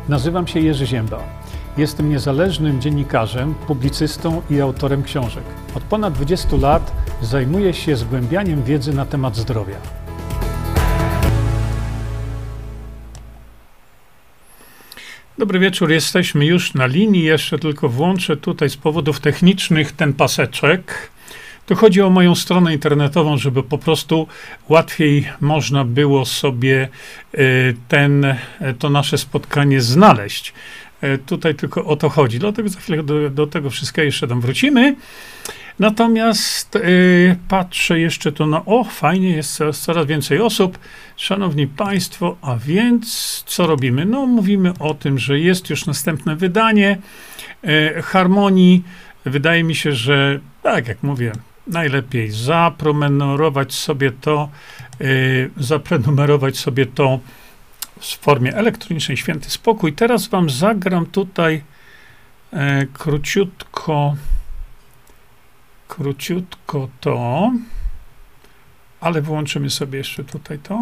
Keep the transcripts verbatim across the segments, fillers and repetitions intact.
Nazywam się Jerzy Ziemba. Jestem niezależnym dziennikarzem, publicystą i autorem książek. Od ponad dwudziestu lat zajmuję się zgłębianiem wiedzy na temat zdrowia. Dobry wieczór, jesteśmy już na linii. Jeszcze tylko włączę tutaj z powodów technicznych ten paseczek. Tu chodzi o moją stronę internetową, żeby po prostu łatwiej można było sobie ten, to nasze spotkanie znaleźć. Tutaj tylko o to chodzi. Dlatego za chwilę do, do tego wszystkiego jeszcze tam wrócimy. Natomiast yy, patrzę jeszcze tu na... O, fajnie, jest coraz, coraz więcej osób. Szanowni Państwo, a więc co robimy? No, mówimy o tym, że jest już następne wydanie yy, Harmonii. Wydaje mi się, że tak jak mówię, najlepiej zaprenumerować sobie to, yy, zaprenumerować sobie to w formie elektronicznej, święty spokój. Teraz wam zagram tutaj e, króciutko, króciutko to, ale włączymy sobie jeszcze tutaj to.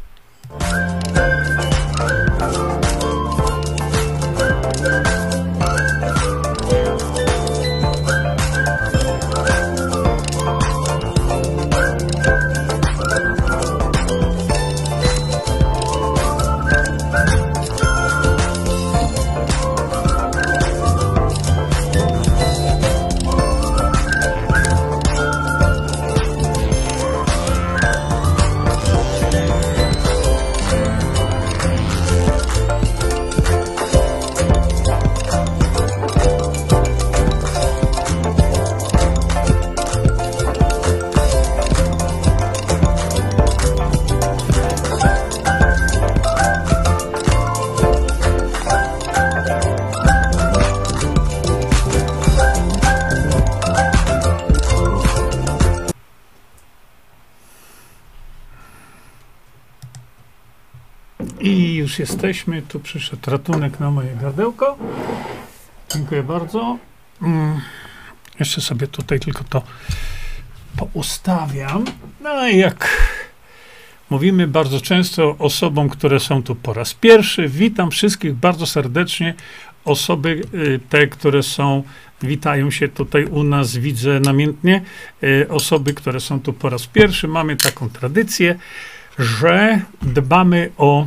I już jesteśmy. Tu przyszedł ratunek na moje gardełko. Dziękuję bardzo. Hmm. Jeszcze sobie tutaj tylko to poustawiam. No i jak mówimy bardzo często osobom, które są tu po raz pierwszy, witam wszystkich bardzo serdecznie. Osoby te, które są, witają się tutaj u nas, widzę namiętnie. Osoby, które są tu po raz pierwszy, mamy taką tradycję, że dbamy o...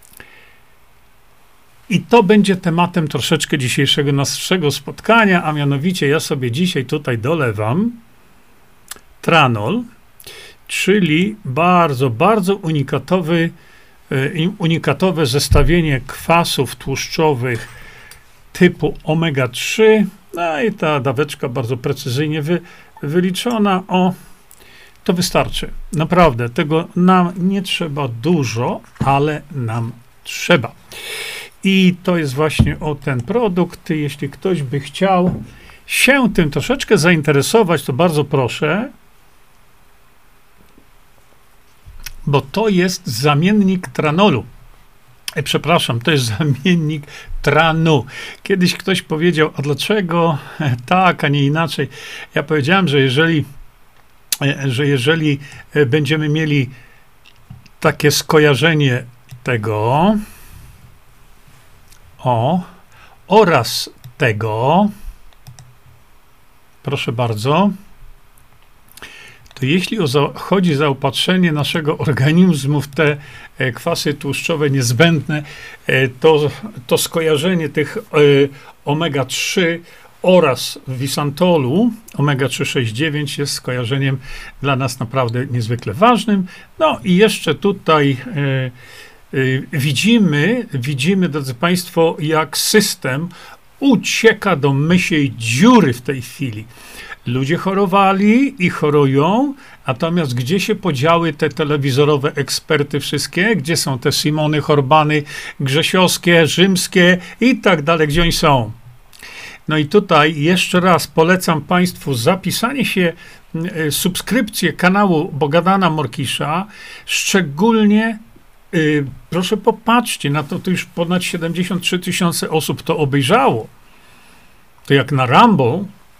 I to będzie tematem troszeczkę dzisiejszego naszego spotkania, a mianowicie ja sobie dzisiaj tutaj dolewam tranol, czyli bardzo, bardzo unikatowy, unikatowe zestawienie kwasów tłuszczowych typu omega trzy. No i ta daweczka bardzo precyzyjnie wy, wyliczona. O, to wystarczy. Naprawdę, tego nam nie trzeba dużo, ale nam trzeba. I to jest właśnie o ten produkt. Jeśli ktoś by chciał się tym troszeczkę zainteresować, to bardzo proszę, bo to jest zamiennik tranolu. E, przepraszam, to jest zamiennik tranu. Kiedyś ktoś powiedział, a dlaczego tak, a nie inaczej? Ja powiedziałem, że jeżeli, że jeżeli będziemy mieli takie skojarzenie tego, O, oraz tego, proszę bardzo, to jeśli o za, chodzi o zaopatrzenie naszego organizmu w te e, kwasy tłuszczowe niezbędne, e, to, to skojarzenie tych e, omega trzy oraz wisantolu, omega trzy sześć dziewięć jest skojarzeniem dla nas naprawdę niezwykle ważnym. No i jeszcze tutaj e, Widzimy, widzimy, drodzy Państwo, jak system ucieka do mysiej dziury w tej chwili. Ludzie chorowali i chorują, natomiast gdzie się podziały te telewizorowe eksperty wszystkie? Gdzie są te Simony, Horbany, Grzesiowskie, Rzymskie i tak dalej, gdzie oni są? No i tutaj jeszcze raz polecam Państwu zapisanie się, subskrypcję kanału Bogadana Morkisza, szczególnie Yy, proszę popatrzcie na to, to już ponad siedemdziesiąt trzy tysiące osób to obejrzało. To jak na Rambo,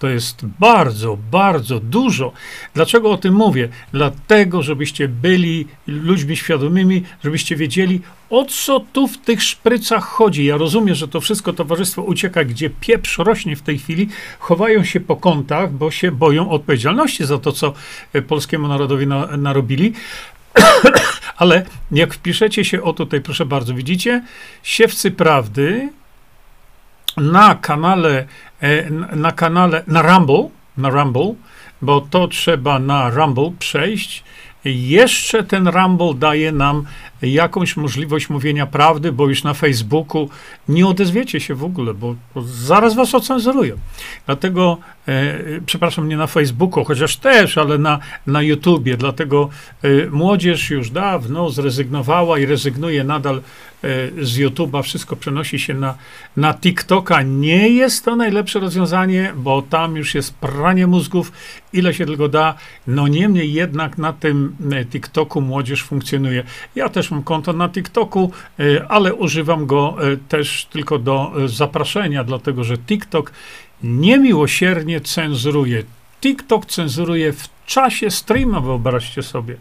To jest bardzo, bardzo dużo. Dlaczego o tym mówię? Dlatego, żebyście byli ludźmi świadomymi, żebyście wiedzieli, o co tu w tych szprycach chodzi. Ja rozumiem, że to wszystko towarzystwo ucieka, gdzie pieprz rośnie w tej chwili, chowają się po kątach, bo się boją odpowiedzialności za to, co polskiemu narodowi na, narobili. Ale jak wpiszecie się, o tutaj proszę bardzo, widzicie, Siewcy Prawdy na kanale, na kanale, na Rumble, na Rumble, bo to trzeba na Rumble przejść. Jeszcze ten Rumble daje nam jakąś możliwość mówienia prawdy, bo już na Facebooku nie odezwiecie się w ogóle, bo, bo zaraz was ocenzurują. Dlatego, e, przepraszam, nie na Facebooku, chociaż też, ale na, na YouTubie. Dlatego e, młodzież już dawno zrezygnowała i rezygnuje nadal e, z YouTuba. Wszystko przenosi się na, na TikToka. Nie jest to najlepsze rozwiązanie, bo tam już jest pranie mózgów, ile się tylko da. No niemniej jednak na tym TikToku młodzież funkcjonuje. Ja też mam konto na TikToku, ale używam go też tylko do zapraszenia, dlatego że TikTok niemiłosiernie cenzuruje. TikTok cenzuruje w czasie streama, wyobraźcie sobie.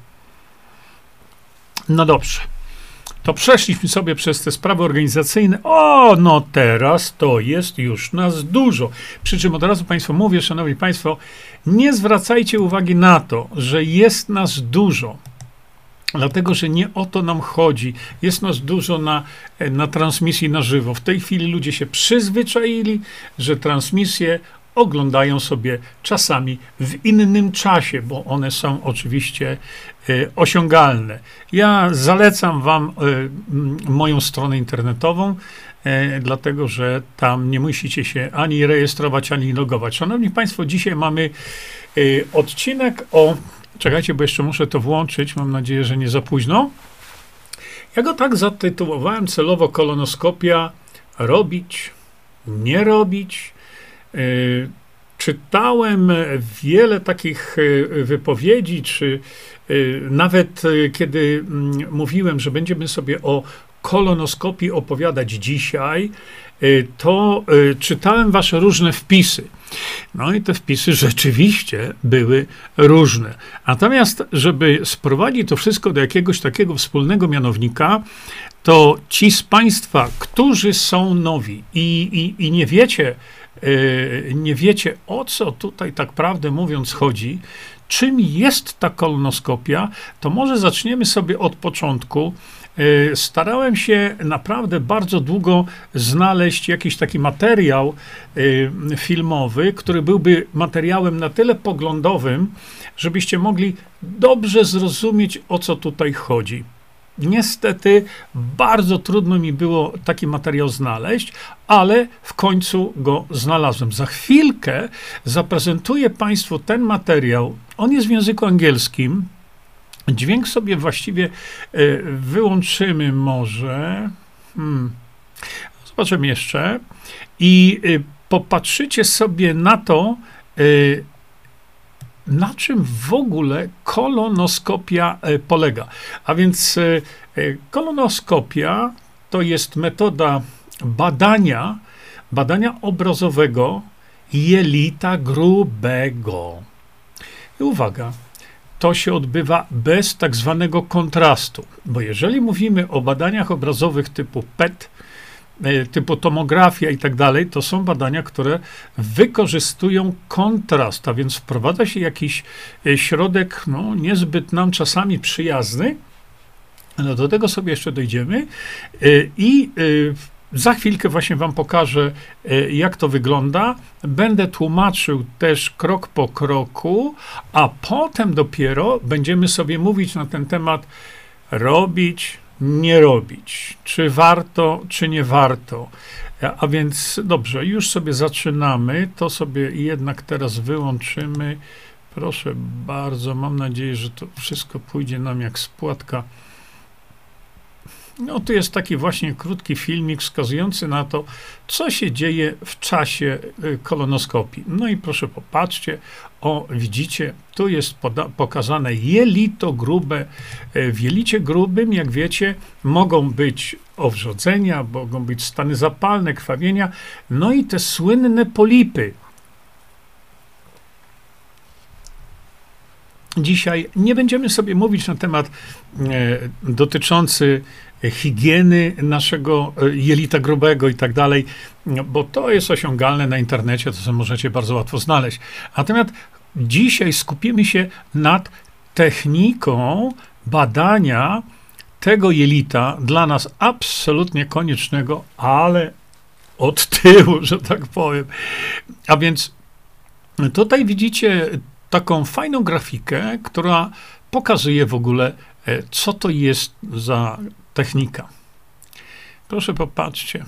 No dobrze. To przeszliśmy sobie przez te sprawy organizacyjne. O, no teraz to jest już nas dużo. Przy czym od razu Państwu mówię, Szanowni Państwo, nie zwracajcie uwagi na to, że jest nas dużo. Dlatego, że nie o to nam chodzi. Jest nas dużo na, na transmisji na żywo. W tej chwili ludzie się przyzwyczaili, że transmisje oglądają sobie czasami w innym czasie, bo one są oczywiście y, osiągalne. Ja zalecam wam y, y, moją stronę internetową, y, dlatego, że tam nie musicie się ani rejestrować, ani logować. Szanowni Państwo, dzisiaj mamy y, odcinek o... Czekajcie, bo jeszcze muszę to włączyć. Mam nadzieję, że nie za późno. Ja go tak zatytułowałem celowo: kolonoskopia robić, nie robić. Yy, czytałem wiele takich yy, wypowiedzi, czy yy, nawet yy, kiedy yy, mówiłem, że będziemy sobie o kolonoskopii opowiadać dzisiaj, yy, to yy, czytałem wasze różne wpisy. No i te wpisy rzeczywiście były różne. Natomiast, żeby sprowadzić to wszystko do jakiegoś takiego wspólnego mianownika, to ci z Państwa, którzy są nowi i, i, i nie wiecie, yy, nie wiecie, o co tutaj tak prawdę mówiąc chodzi, czym jest ta kolonoskopia, to może zaczniemy sobie od początku. Starałem się naprawdę bardzo długo znaleźć jakiś taki materiał filmowy, który byłby materiałem na tyle poglądowym, żebyście mogli dobrze zrozumieć, o co tutaj chodzi. Niestety bardzo trudno mi było taki materiał znaleźć, ale w końcu go znalazłem. Za chwilkę zaprezentuję Państwu ten materiał. On jest w języku angielskim. Dźwięk sobie właściwie y, wyłączymy może. Hmm. Zobaczymy jeszcze. I y, popatrzycie sobie na to, y, na czym w ogóle kolonoskopia y, polega. A więc y, y, kolonoskopia to jest metoda badania, badania obrazowego jelita grubego. I uwaga, to się odbywa bez tak zwanego kontrastu, bo jeżeli mówimy o badaniach obrazowych typu P E T, typu tomografia i tak dalej, to są badania, które wykorzystują kontrast, a więc wprowadza się jakiś środek, no, niezbyt nam czasami przyjazny, no do tego sobie jeszcze dojdziemy i za chwilkę właśnie wam pokażę, jak to wygląda. Będę tłumaczył też krok po kroku, a potem dopiero będziemy sobie mówić na ten temat: robić, nie robić, czy warto, czy nie warto. A więc dobrze, już sobie zaczynamy. To sobie jednak teraz wyłączymy. Proszę bardzo, mam nadzieję, że to wszystko pójdzie nam jak z płatka. No, tu jest taki właśnie krótki filmik wskazujący na to, co się dzieje w czasie kolonoskopii. No i proszę popatrzcie, o widzicie, tu jest poda- pokazane jelito grube. W jelicie grubym, jak wiecie, mogą być owrzodzenia, mogą być stany zapalne, krwawienia, no i te słynne polipy. dzisiaj nie będziemy sobie mówić na temat e, dotyczący higieny naszego jelita grubego i tak dalej, bo to jest osiągalne na internecie, to sobie możecie bardzo łatwo znaleźć. Natomiast dzisiaj skupimy się nad techniką badania tego jelita, dla nas absolutnie koniecznego, ale od tyłu, że tak powiem. A więc tutaj widzicie taką fajną grafikę, która pokazuje w ogóle, co to jest za technika. Proszę popatrzcie.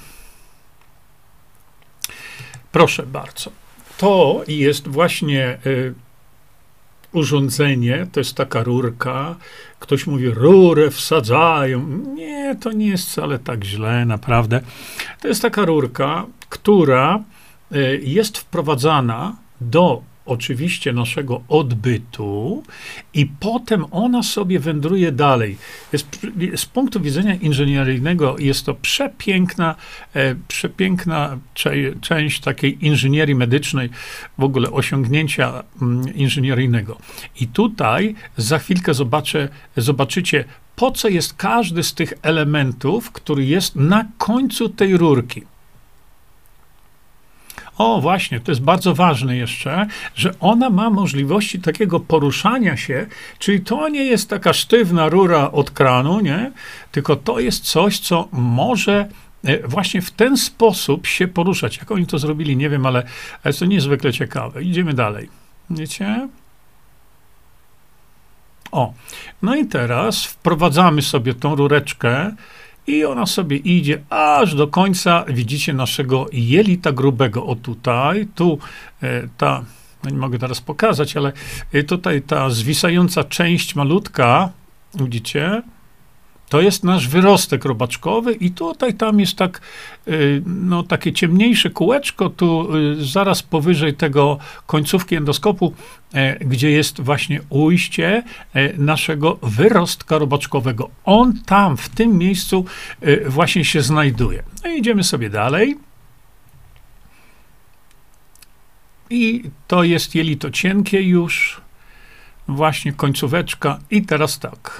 Proszę bardzo. To jest właśnie y, urządzenie, to jest taka rurka. Ktoś mówi, rurę wsadzają. Nie, to nie jest wcale tak źle, naprawdę. To jest taka rurka, która y, jest wprowadzana do oczywiście naszego odbytu i potem ona sobie wędruje dalej. Jest, z punktu widzenia inżynieryjnego jest to przepiękna, e, przepiękna cze, część takiej inżynierii medycznej, w ogóle osiągnięcia mm, inżynieryjnego. I tutaj za chwilkę zobaczę, zobaczycie, po co jest każdy z tych elementów, który jest na końcu tej rurki. O, właśnie, to jest bardzo ważne jeszcze, że ona ma możliwości takiego poruszania się, czyli to nie jest taka sztywna rura od kranu, nie? Tylko to jest coś, co może właśnie w ten sposób się poruszać. Jak oni to zrobili, nie wiem, ale, ale jest to niezwykle ciekawe. Idziemy dalej. Wiecie? O, no i teraz wprowadzamy sobie tą rureczkę i ona sobie idzie aż do końca, widzicie, naszego jelita grubego. O tutaj, tu e, ta, no nie mogę teraz pokazać, ale e, tutaj ta zwisająca część malutka, widzicie, to jest nasz wyrostek robaczkowy i tutaj tam jest tak, no, takie ciemniejsze kółeczko, tu zaraz powyżej tego końcówki endoskopu, gdzie jest właśnie ujście naszego wyrostka robaczkowego. On tam, w tym miejscu właśnie się znajduje. No i idziemy sobie dalej. I to jest jelito cienkie już, właśnie końcóweczka i teraz tak.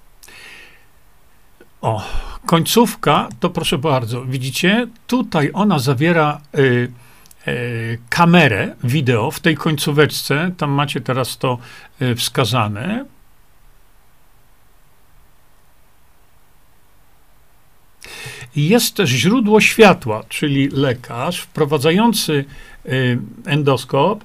O, końcówka, to proszę bardzo, widzicie, tutaj ona zawiera y, y, kamerę wideo w tej końcóweczce, tam macie teraz to y, wskazane. Jest też źródło światła, czyli lekarz wprowadzający y, endoskop,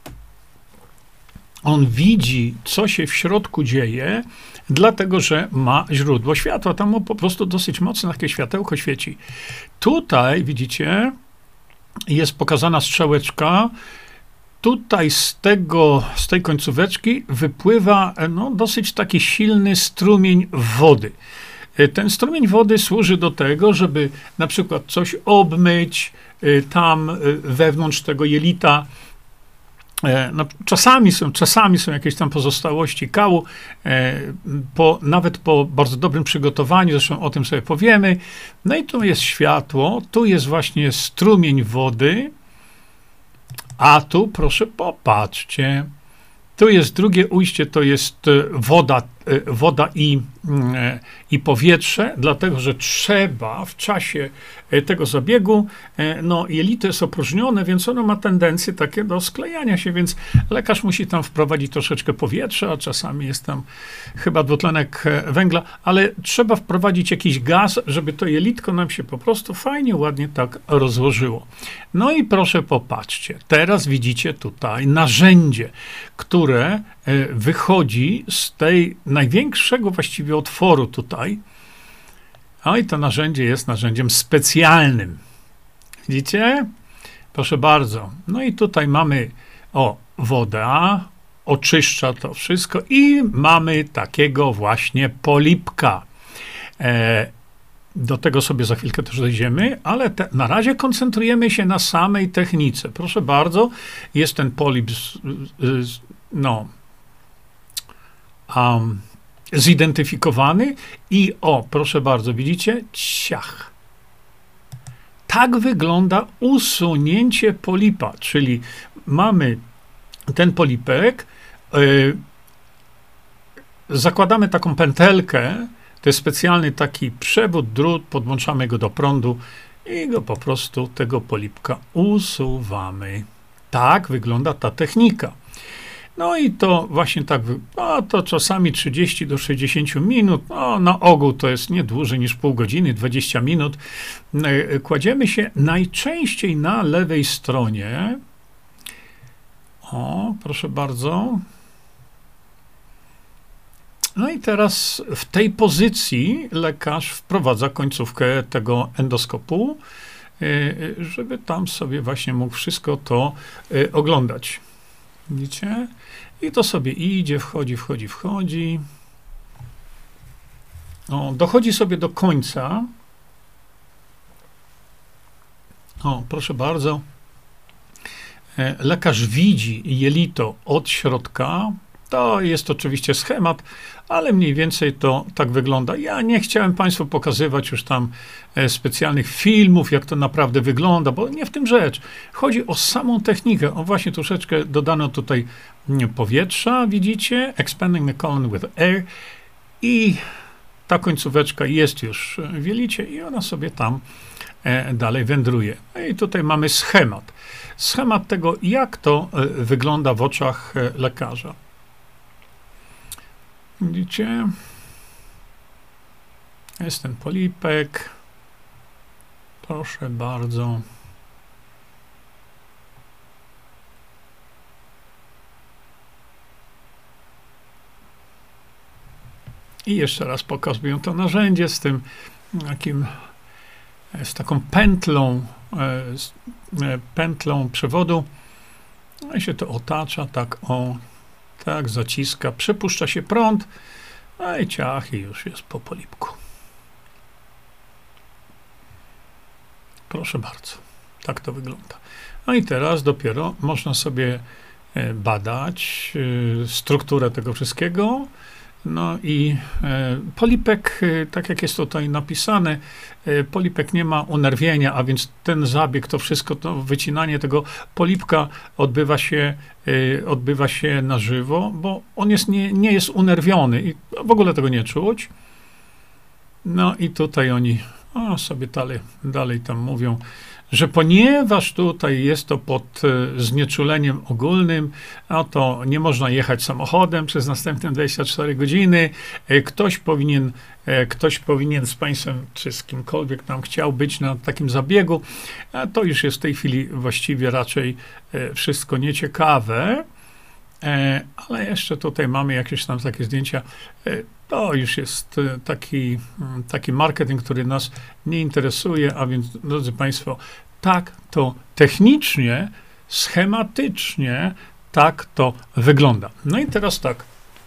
on widzi, co się w środku dzieje, dlatego, że ma źródło światła. Tam mu po prostu dosyć mocno takie światełko świeci. Tutaj, widzicie, jest pokazana strzałeczka. Tutaj z tego, z tej końcóweczki wypływa no, dosyć taki silny strumień wody. Ten strumień wody służy do tego, żeby na przykład coś obmyć tam wewnątrz tego jelita. No, czasami są, czasami są jakieś tam pozostałości kału, e, po, nawet po bardzo dobrym przygotowaniu, zresztą o tym sobie powiemy. No i tu jest światło, tu jest właśnie strumień wody, a tu proszę popatrzcie, tu jest drugie ujście, to jest woda, woda i, i powietrze, dlatego, że trzeba w czasie tego zabiegu, no jelito jest opróżnione, więc ono ma tendencję takie do sklejania się, więc lekarz musi tam wprowadzić troszeczkę powietrza, a czasami jest tam chyba dwutlenek węgla, ale trzeba wprowadzić jakiś gaz, żeby to jelitko nam się po prostu fajnie, ładnie tak rozłożyło. No i proszę popatrzcie, teraz widzicie tutaj narzędzie, które wychodzi z tej największego właściwie otworu tutaj. A i to narzędzie jest narzędziem specjalnym. Widzicie? Proszę bardzo. No i tutaj mamy, o, woda, oczyszcza to wszystko i mamy takiego właśnie polipka. E, do tego sobie za chwilkę też dojdziemy, ale te, na razie koncentrujemy się na samej technice. Proszę bardzo, jest ten polip, z, z, no, Um, zidentyfikowany i o, proszę bardzo, widzicie? Ciach. Tak wygląda usunięcie polipa, czyli mamy ten polipek, yy, zakładamy taką pętelkę, to jest specjalny taki przewód, drut, podłączamy go do prądu i go po prostu, tego polipka usuwamy. Tak wygląda ta technika. No i to właśnie tak, no to czasami trzydzieści do sześćdziesięciu minut, no na ogół to jest nie dłużej niż pół godziny, dwadzieścia minut. Kładziemy się najczęściej na lewej stronie. O, proszę bardzo. No i teraz w tej pozycji lekarz wprowadza końcówkę tego endoskopu, żeby tam sobie właśnie mógł wszystko to oglądać. Widzicie? I to sobie idzie, wchodzi, wchodzi, wchodzi. O, dochodzi sobie do końca. O, proszę bardzo. Lekarz widzi jelito od środka. To jest oczywiście schemat, ale mniej więcej to tak wygląda. Ja nie chciałem Państwu pokazywać już tam specjalnych filmów, jak to naprawdę wygląda, bo nie w tym rzecz. Chodzi o samą technikę. O, właśnie troszeczkę dodano tutaj powietrza, widzicie? Expanding the colon with air. I ta końcóweczka jest już w jelicie i ona sobie tam dalej wędruje. No i tutaj mamy schemat. Schemat tego, jak to wygląda w oczach lekarza. Widzicie? Jest ten polipek. Proszę bardzo. I jeszcze raz pokazuję to narzędzie z tym takim, z taką pętlą, z pętlą przewodu. No i się to otacza tak o, tak zaciska, przepuszcza się prąd, a i ciach i już jest po polipku. Proszę bardzo, tak to wygląda. No i teraz dopiero można sobie badać strukturę tego wszystkiego. No i e, polipek, e, tak jak jest tutaj napisane, e, polipek nie ma unerwienia, a więc ten zabieg, to wszystko, to wycinanie tego polipka odbywa się, e, odbywa się na żywo, bo on jest, nie, nie jest unerwiony i w ogóle tego nie czuć. No i tutaj oni o, sobie dalej, dalej tam mówią, że ponieważ tutaj jest to pod e, znieczuleniem ogólnym, no to nie można jechać samochodem przez następne dwadzieścia cztery godziny. E, ktoś powinien, e, ktoś powinien z Państwem, czy z kimkolwiek tam chciał być na takim zabiegu, a to już jest w tej chwili właściwie raczej e, wszystko nieciekawe. E, ale jeszcze tutaj mamy jakieś tam takie zdjęcia. E, to już jest e, taki, taki marketing, który nas nie interesuje, a więc, drodzy Państwo, tak to technicznie, schematycznie, tak to wygląda. No i teraz tak,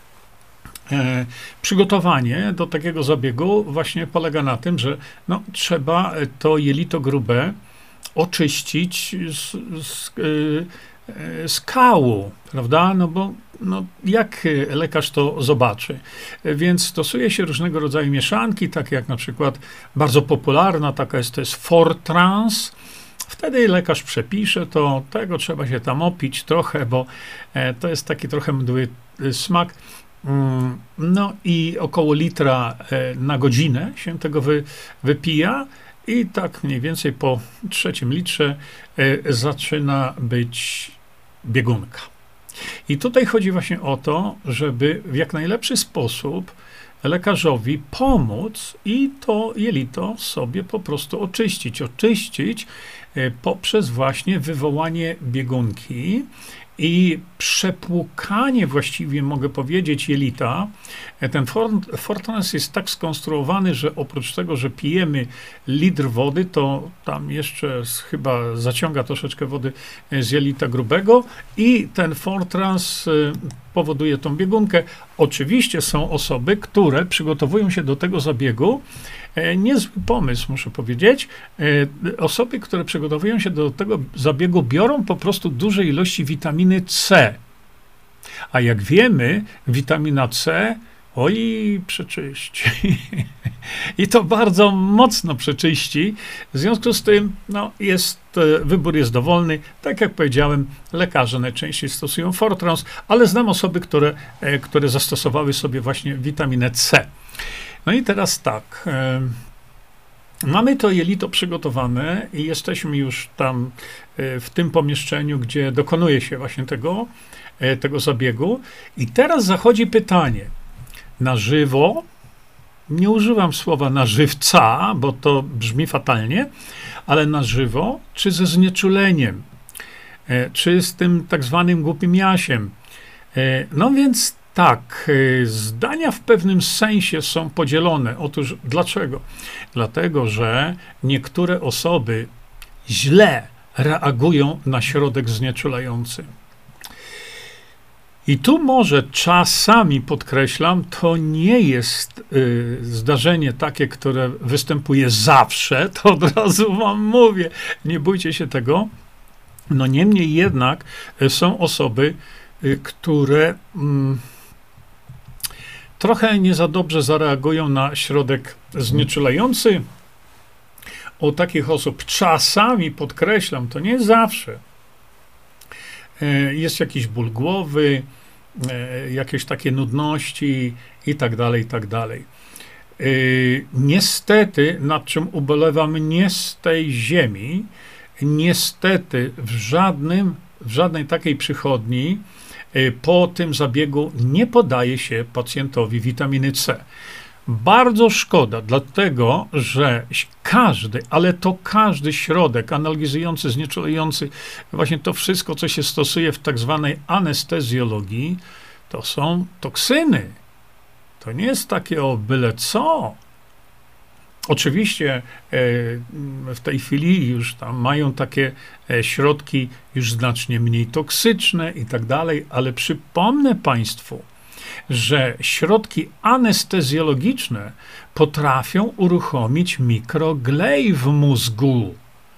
e, przygotowanie do takiego zabiegu właśnie polega na tym, że no, trzeba to jelito grube oczyścić z, z y, skału, prawda? No bo no, jak lekarz to zobaczy? Więc stosuje się różnego rodzaju mieszanki, takie jak na przykład bardzo popularna, taka jest, to jest Fortrans. Wtedy lekarz przepisze to, tego trzeba się tam opić trochę, bo e, to jest taki trochę mdły smak. Mm, no i około litra e, na godzinę się tego wy, wypija. I tak mniej więcej po trzecim litrze y, zaczyna być biegunka. I tutaj chodzi właśnie o to, żeby w jak najlepszy sposób lekarzowi pomóc i to jelito sobie po prostu oczyścić. Oczyścić y, poprzez właśnie wywołanie biegunki i przepłukanie właściwie, mogę powiedzieć, jelita. Ten Fortrans jest tak skonstruowany, że oprócz tego, że pijemy litr wody, to tam jeszcze z, chyba zaciąga troszeczkę wody z jelita grubego i ten Fortrans powoduje tą biegunkę. Oczywiście są osoby, które przygotowują się do tego zabiegu. Niezły pomysł, muszę powiedzieć. Osoby, które przygotowują się do tego zabiegu, biorą po prostu duże ilości witaminy C. A jak wiemy, witamina C, oj, przeczyści. i to bardzo mocno przeczyści. W związku z tym, no, jest, wybór jest dowolny. Tak jak powiedziałem, lekarze najczęściej stosują Fortrans, ale znam osoby, które, które zastosowały sobie właśnie witaminę C. No i teraz tak, mamy to jelito przygotowane i jesteśmy już tam w tym pomieszczeniu, gdzie dokonuje się właśnie tego, tego zabiegu. I teraz zachodzi pytanie, na żywo, nie używam słowa na żywca, bo to brzmi fatalnie, ale na żywo, czy ze znieczuleniem, czy z tym tak zwanym głupim jasiem. No więc tak, zdania w pewnym sensie są podzielone. Otóż dlaczego? Dlatego, że niektóre osoby źle reagują na środek znieczulający. I tu może czasami, podkreślam, to nie jest y, zdarzenie takie, które występuje zawsze, to od razu wam mówię, nie bójcie się tego. No niemniej jednak y, są osoby, y, które y, trochę nie za dobrze zareagują na środek znieczulający. U takich osób czasami, podkreślam, to nie zawsze, jest jakiś ból głowy, jakieś takie nudności i tak dalej, i tak dalej. Niestety, nad czym ubolewam nie z tej ziemi, niestety w żadnym, w żadnej takiej przychodni po tym zabiegu nie podaje się pacjentowi witaminy C. Bardzo szkoda, dlatego, że każdy, ale to każdy środek analgezujący, znieczulający, właśnie to wszystko, co się stosuje w tak zwanej anestezjologii, to są toksyny. To nie jest takie o byle co. Oczywiście e, w tej chwili już tam mają takie e, środki już znacznie mniej toksyczne i tak dalej, ale przypomnę Państwu, że środki anestezjologiczne potrafią uruchomić mikroglej w mózgu.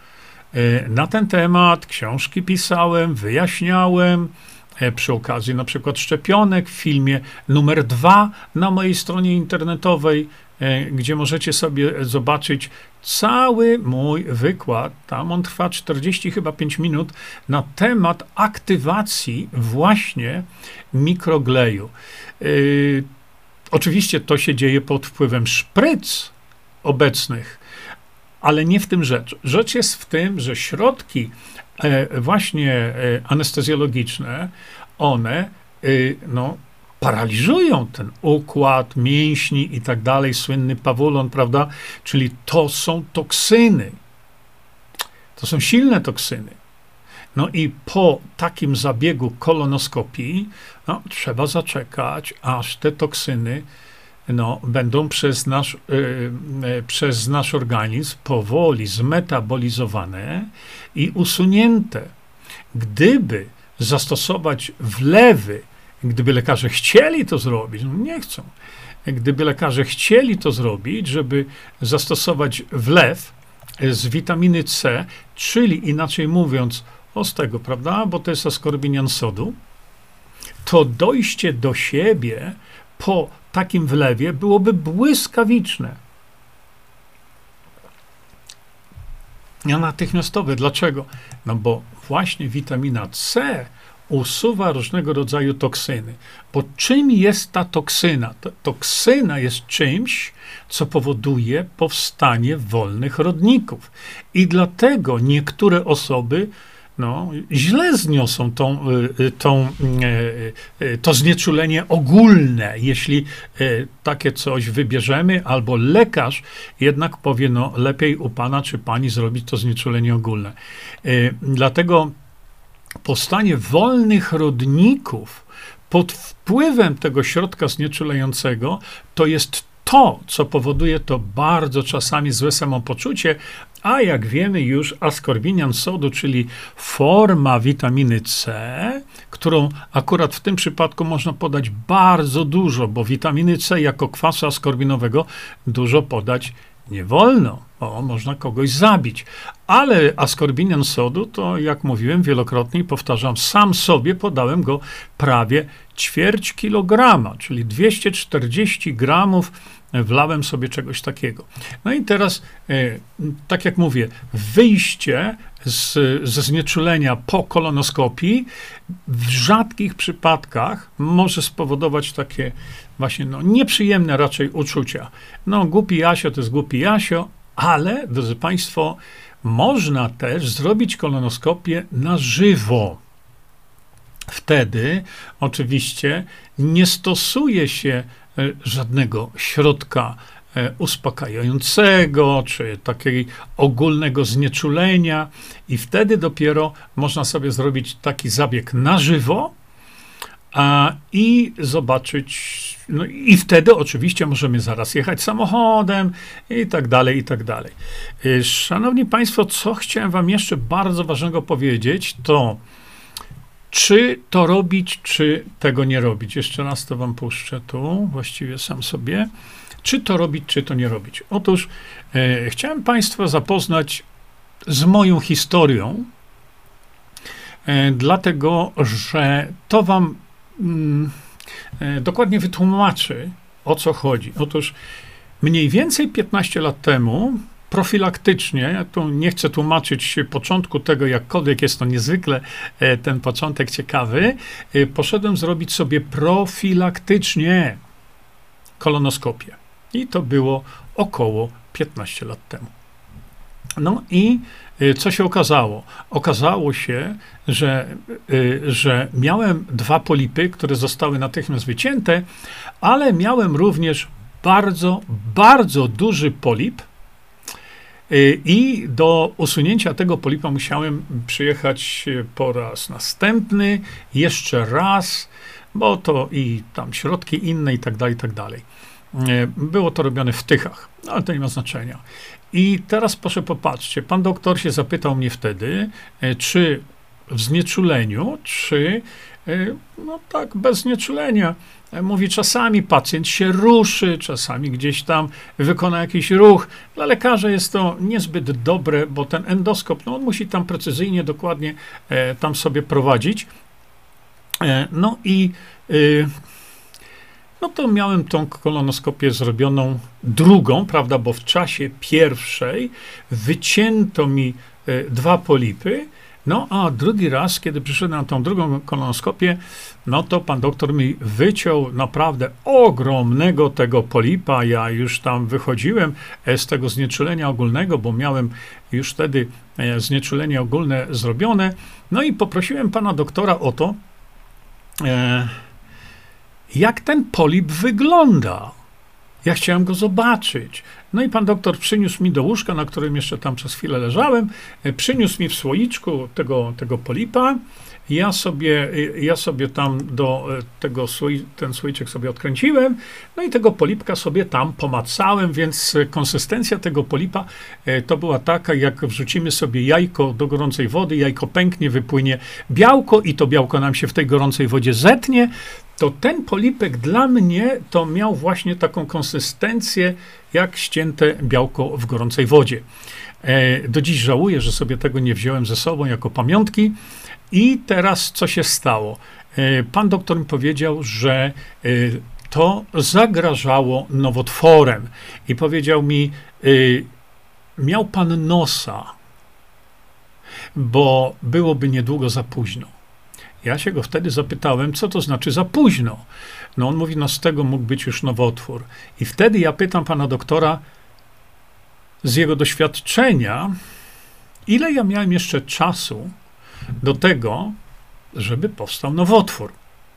Na ten temat książki pisałem, wyjaśniałem, przy okazji na przykład szczepionek w filmie numer dwa na mojej stronie internetowej, gdzie możecie sobie zobaczyć cały mój wykład, tam on trwa czterdzieści chyba pięć minut, na temat aktywacji właśnie mikrogleju. Yy, oczywiście to się dzieje pod wpływem szpryc obecnych, ale nie w tym rzecz. Rzecz jest w tym, że środki e, właśnie e, anestezjologiczne, one e, no, paraliżują ten układ mięśni i tak dalej, słynny pawulon, prawda? Czyli to są toksyny. To są silne toksyny. No i po takim zabiegu kolonoskopii no, trzeba zaczekać, aż te toksyny no, będą przez nasz, yy, yy, przez nasz organizm powoli zmetabolizowane i usunięte. Gdyby zastosować wlewy, gdyby lekarze chcieli to zrobić, no nie chcą, gdyby lekarze chcieli to zrobić, żeby zastosować wlew z witaminy C, czyli inaczej mówiąc, ostego, prawda, bo to jest askorbinian sodu, to dojście do siebie po takim wlewie byłoby błyskawiczne. No natychmiastowe. Dlaczego? No bo właśnie witamina C usuwa różnego rodzaju toksyny. Bo czym jest ta toksyna? Ta toksyna jest czymś, co powoduje powstanie wolnych rodników. I dlatego niektóre osoby no, źle zniosą tą, tą, to znieczulenie ogólne, jeśli takie coś wybierzemy, albo lekarz jednak powie, no lepiej u pana czy pani zrobić to znieczulenie ogólne. Dlatego powstanie wolnych rodników pod wpływem tego środka znieczulającego to jest to, co powoduje to bardzo czasami złe samopoczucie, a jak wiemy już askorbinian sodu, czyli forma witaminy C, którą akurat w tym przypadku można podać bardzo dużo, bo witaminy C jako kwasu askorbinowego dużo podać nie wolno, bo można kogoś zabić. Ale askorbinian sodu, to jak mówiłem wielokrotnie i powtarzam, sam sobie podałem go prawie ćwierć kilograma, czyli dwieście czterdzieści gramów wlałem sobie czegoś takiego. No i teraz, tak jak mówię, wyjście z, ze znieczulenia po kolonoskopii w rzadkich przypadkach może spowodować takie właśnie no, nieprzyjemne raczej uczucia. No głupi Jasio to jest głupi Jasio, ale, drodzy Państwo, można też zrobić kolonoskopię na żywo. Wtedy oczywiście nie stosuje się żadnego środka uspokajającego, czy takiego ogólnego znieczulenia i wtedy dopiero można sobie zrobić taki zabieg na żywo a, i zobaczyć, no i wtedy oczywiście możemy zaraz jechać samochodem i tak dalej, i tak dalej. Szanowni Państwo, co chciałem wam jeszcze bardzo ważnego powiedzieć, to czy to robić, czy tego nie robić. Jeszcze raz to wam puszczę tu, właściwie sam sobie. Czy to robić, czy to nie robić. Otóż e, chciałem Państwa zapoznać z moją historią, e, dlatego, że to wam mm, e, dokładnie wytłumaczy, o co chodzi. Otóż mniej więcej piętnaście lat temu profilaktycznie, ja tu nie chcę tłumaczyć początku tego, jakkolwiek jest to niezwykle e, ten początek ciekawy, e, poszedłem zrobić sobie profilaktycznie kolonoskopię. I to było około piętnaście lat temu. No i e, co się okazało? Okazało się, że, e, że miałem dwa polipy, które zostały natychmiast wycięte, ale miałem również bardzo, bardzo duży polip, i do usunięcia tego polipa musiałem przyjechać po raz następny, jeszcze raz, bo to i tam środki inne i tak dalej, i tak dalej. Było to robione w Tychach, ale to nie ma znaczenia. I teraz proszę popatrzcie, pan doktor się zapytał mnie wtedy, czy w znieczuleniu, czy no tak, bez znieczulenia. Mówi, czasami pacjent się ruszy, czasami gdzieś tam wykona jakiś ruch. Dla lekarza jest to niezbyt dobre, bo ten endoskop, no on musi tam precyzyjnie, dokładnie e, tam sobie prowadzić. E, no i e, no to miałem tą kolonoskopię zrobioną drugą, prawda, bo w czasie pierwszej wycięto mi e, dwa polipy. No, a drugi raz, kiedy przyszedłem na tą drugą kolonoskopię, no to pan doktor mi wyciął naprawdę ogromnego tego polipa. Ja już tam wychodziłem z tego znieczulenia ogólnego, bo miałem już wtedy znieczulenie ogólne zrobione. No i poprosiłem pana doktora o to, e, jak ten polip wygląda. Ja chciałem go zobaczyć. No i pan doktor przyniósł mi do łóżka, na którym jeszcze tam przez chwilę leżałem, przyniósł mi w słoiczku tego, tego polipa. Ja sobie, ja sobie tam do tego, słoi, ten słoiczek sobie odkręciłem, no i tego polipka sobie tam pomacałem, więc konsystencja tego polipa to była taka, jak wrzucimy sobie jajko do gorącej wody, jajko pęknie, wypłynie białko i to białko nam się w tej gorącej wodzie zetnie, to ten polipek dla mnie to miał właśnie taką konsystencję, jak ścięte białko w gorącej wodzie. E, do dziś żałuję, że sobie tego nie wziąłem ze sobą jako pamiątki. I teraz co się stało? E, pan doktor mi powiedział, że e, to zagrażało nowotworem. I powiedział mi, e, miał pan nosa, bo byłoby niedługo za późno. Ja się go wtedy zapytałem, co to znaczy za późno. No on mówi, no z tego mógł być już nowotwór. I wtedy ja pytam pana doktora z jego doświadczenia, ile ja miałem jeszcze czasu do tego, żeby powstał nowotwór.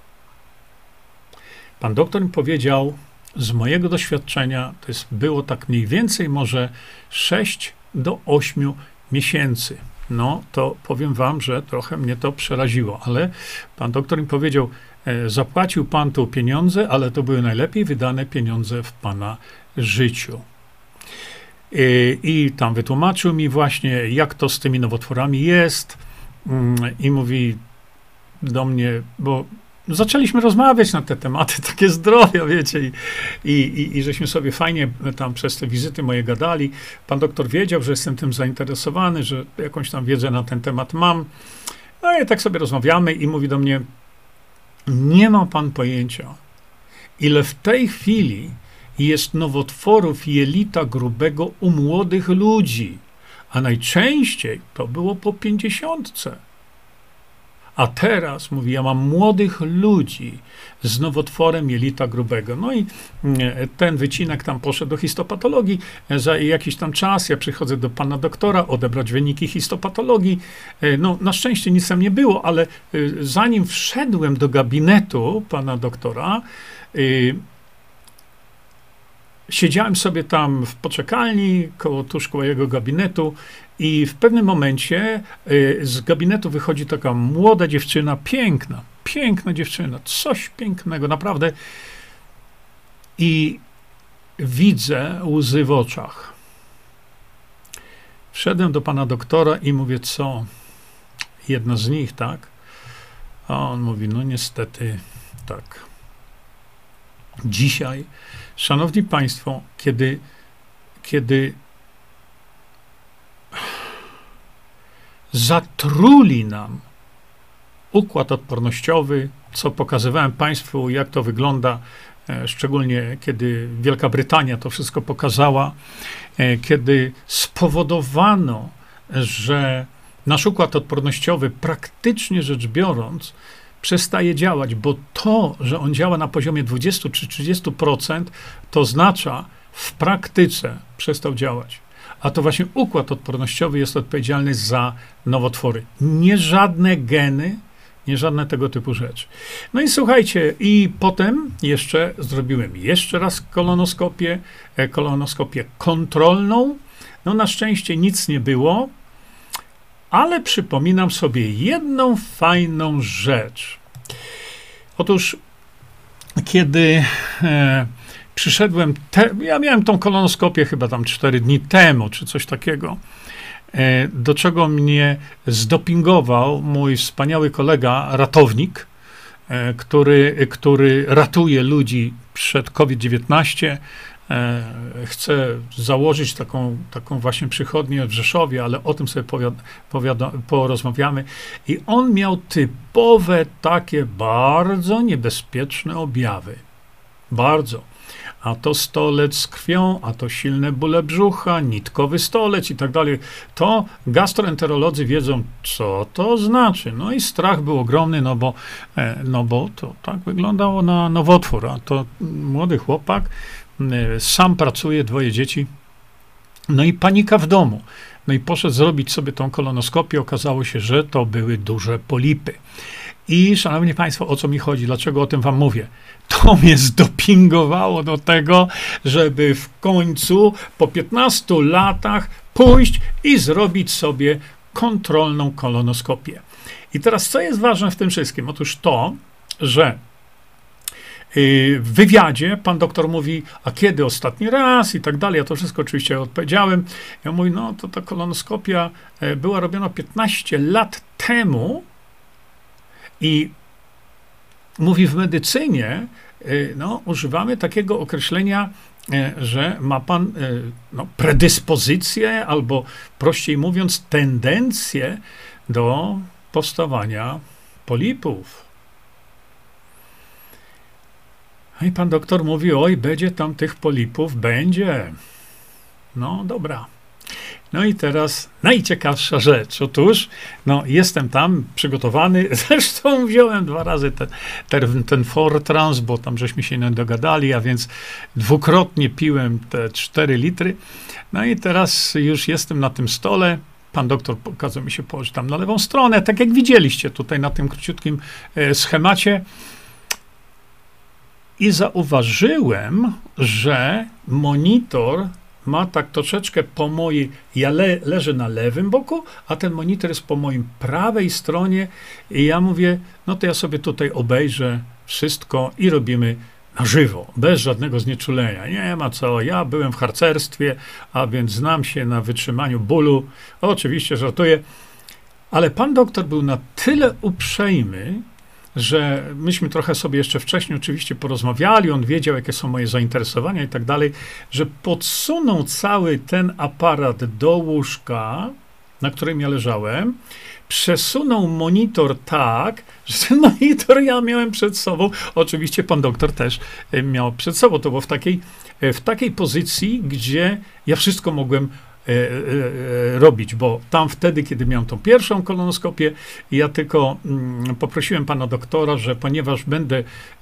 Pan doktor mi powiedział, z mojego doświadczenia, to jest, było tak mniej więcej może sześć do ośmiu miesięcy. No, to powiem wam, że trochę mnie to przeraziło, ale pan doktor mi powiedział, e, zapłacił pan tu pieniądze, ale to były najlepiej wydane pieniądze w pana życiu. I, i tam wytłumaczył mi właśnie, jak to z tymi nowotworami jest i mówi do mnie, bo zaczęliśmy rozmawiać na te tematy, takie zdrowia, wiecie, i, i, i żeśmy sobie fajnie tam przez te wizyty moje gadali. Pan doktor wiedział, że jestem tym zainteresowany, że jakąś tam wiedzę na ten temat mam. No i tak sobie rozmawiamy i mówi do mnie, nie ma pan pojęcia, ile w tej chwili jest nowotworów jelita grubego u młodych ludzi, a najczęściej to było po pięćdziesiątce. A teraz, mówi, ja mam młodych ludzi z nowotworem jelita grubego. No i ten wycinek tam poszedł do histopatologii. Za jakiś tam czas ja przychodzę do pana doktora odebrać wyniki histopatologii. No, na szczęście nic tam nie było, ale zanim wszedłem do gabinetu pana doktora, siedziałem sobie tam w poczekalni, koło, tuż koło jego gabinetu i w pewnym momencie y, z gabinetu wychodzi taka młoda dziewczyna, piękna, piękna dziewczyna, coś pięknego, naprawdę. I widzę łzy w oczach. Wszedłem do pana doktora i mówię, co? Jedna z nich, tak? A on mówi, no niestety tak. Dzisiaj, szanowni państwo, kiedy, kiedy zatruli nam układ odpornościowy, co pokazywałem państwu, jak to wygląda, e, szczególnie kiedy Wielka Brytania to wszystko pokazała, e, kiedy spowodowano, że nasz układ odpornościowy, praktycznie rzecz biorąc, przestaje działać, bo to, że on działa na poziomie dwudziestu czy trzydziestu procent, to oznacza, w praktyce przestał działać. A to właśnie układ odpornościowy jest odpowiedzialny za nowotwory. Nie żadne geny, nie żadne tego typu rzeczy. No i słuchajcie, i potem jeszcze zrobiłem jeszcze raz kolonoskopię, kolonoskopię kontrolną. No na szczęście nic nie było, ale przypominam sobie jedną fajną rzecz. Otóż, kiedy e, przyszedłem, te, ja miałem tą kolonoskopię chyba tam cztery dni temu, czy coś takiego, e, do czego mnie zdopingował mój wspaniały kolega, ratownik, e, który, który ratuje ludzi przed COVID dziewiętnaście. Chcę założyć taką, taką właśnie przychodnię w Rzeszowie, ale o tym sobie powiada, powiada, porozmawiamy. I on miał typowe takie bardzo niebezpieczne objawy. Bardzo. A to stolec z krwią, a to silne bóle brzucha, nitkowy stolec i tak dalej. To gastroenterolodzy wiedzą, co to znaczy. No i strach był ogromny, no bo, no bo to tak wyglądało na nowotwór. A to młody chłopak, sam pracuje, dwoje dzieci, no i panika w domu. No i poszedł zrobić sobie tą kolonoskopię, okazało się, że to były duże polipy. I szanowni państwo, o co mi chodzi? Dlaczego o tym wam mówię? To mnie zdopingowało do tego, żeby w końcu po piętnastu latach pójść i zrobić sobie kontrolną kolonoskopię. I teraz co jest ważne w tym wszystkim? Otóż to, że w wywiadzie pan doktor mówi, a kiedy ostatni raz i tak dalej. Ja to wszystko oczywiście odpowiedziałem. Ja mówię, no to ta kolonoskopia była robiona piętnaście lat temu i mówi, w medycynie no, używamy takiego określenia, że ma pan no, predyspozycję albo prościej mówiąc tendencję do powstawania polipów. I pan doktor mówi, oj, będzie tam tych polipów, będzie. No, dobra. No i teraz najciekawsza rzecz. Otóż, no, jestem tam przygotowany. Zresztą wziąłem dwa razy ten, ten, ten Fortrans, bo tam żeśmy się nie dogadali, a więc dwukrotnie piłem te cztery litry. No i teraz już jestem na tym stole. Pan doktor kazał mi się położyć tam na lewą stronę, tak jak widzieliście tutaj na tym króciutkim e, schemacie. I zauważyłem, że monitor ma tak troszeczkę po mojej, ja le, leżę na lewym boku, a ten monitor jest po moim prawej stronie i ja mówię, no to ja sobie tutaj obejrzę wszystko i robimy na żywo, bez żadnego znieczulenia. Nie ma co, ja byłem w harcerstwie, a więc znam się na wytrzymaniu bólu. Oczywiście żartuję, ale pan doktor był na tyle uprzejmy, że myśmy trochę sobie jeszcze wcześniej oczywiście porozmawiali, on wiedział, jakie są moje zainteresowania i tak dalej, że podsunął cały ten aparat do łóżka, na którym ja leżałem, przesunął monitor tak, że ten monitor ja miałem przed sobą. Oczywiście pan doktor też miał przed sobą. To było w takiej, w takiej pozycji, gdzie ja wszystko mogłem E, e, robić, bo tam wtedy, kiedy miałem tą pierwszą kolonoskopię, ja tylko mm, poprosiłem pana doktora, że ponieważ będę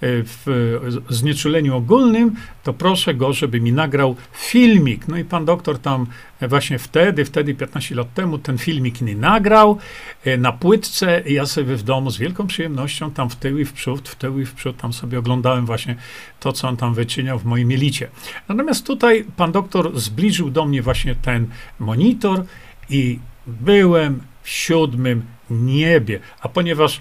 w znieczuleniu ogólnym, to proszę go, żeby mi nagrał filmik. No i pan doktor tam właśnie wtedy, wtedy piętnaście lat temu ten filmik nie nagrał e, na płytce. Ja sobie w domu z wielką przyjemnością tam w tył i w przód, w tył i w przód, tam sobie oglądałem właśnie to, co on tam wyczyniał w moim jelicie. Natomiast tutaj pan doktor zbliżył do mnie właśnie ten monitor i byłem w siódmym niebie. A ponieważ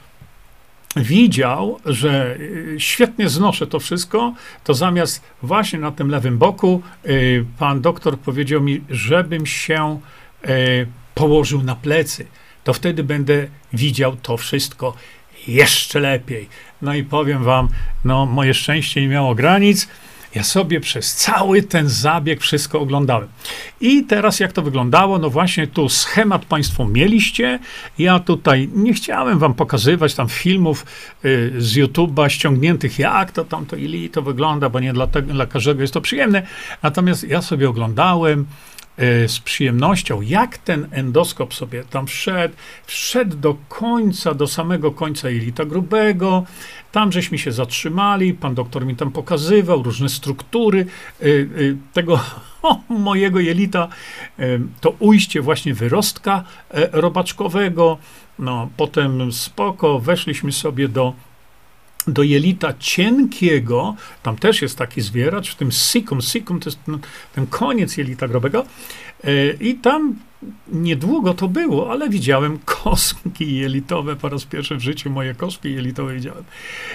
widział, że świetnie znoszę to wszystko, to zamiast właśnie na tym lewym boku y, pan doktor powiedział mi, żebym się y, położył na plecy. To wtedy będę widział to wszystko jeszcze lepiej. No i powiem wam, no moje szczęście nie miało granic. Ja sobie przez cały ten zabieg wszystko oglądałem. I teraz jak to wyglądało? No właśnie tu schemat państwo mieliście. Ja tutaj nie chciałem wam pokazywać tam filmów y, z YouTube'a ściągniętych, jak to tam to ili to wygląda, bo nie dla, tego, dla każdego jest to przyjemne. Natomiast ja sobie oglądałem y, z przyjemnością, jak ten endoskop sobie tam wszedł. Wszedł do końca, do samego końca jelita grubego. Tam żeśmy się zatrzymali, pan doktor mi tam pokazywał różne struktury y, y, tego o, mojego jelita, y, to ujście właśnie wyrostka y, robaczkowego. No, potem spoko, weszliśmy sobie do, do jelita cienkiego, tam też jest taki zwieracz, w tym cecum, cecum to jest ten, ten koniec jelita grubego y, i tam niedługo to było, ale widziałem kostki jelitowe, po raz pierwszy w życiu moje kostki jelitowe widziałem.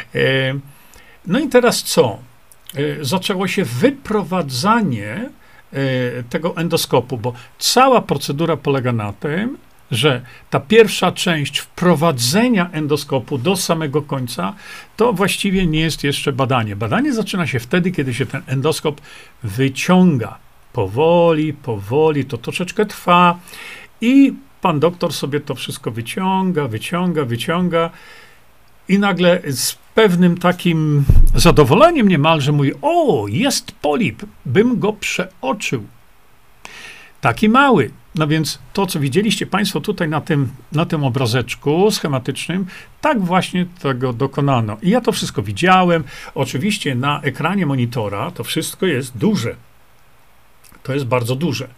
No i teraz co? Zaczęło się wyprowadzanie tego endoskopu, bo cała procedura polega na tym, że ta pierwsza część wprowadzenia endoskopu do samego końca, to właściwie nie jest jeszcze badanie. Badanie zaczyna się wtedy, kiedy się ten endoskop wyciąga. Powoli, powoli, to troszeczkę trwa i pan doktor sobie to wszystko wyciąga, wyciąga, wyciąga i nagle z pewnym takim zadowoleniem niemalże mówi, o, jest polip, bym go przeoczył. Taki mały. No więc to, co widzieliście państwo tutaj na tym, na tym obrazeczku schematycznym, tak właśnie tego dokonano. I ja to wszystko widziałem. Oczywiście na ekranie monitora to wszystko jest duże. To jest bardzo duże.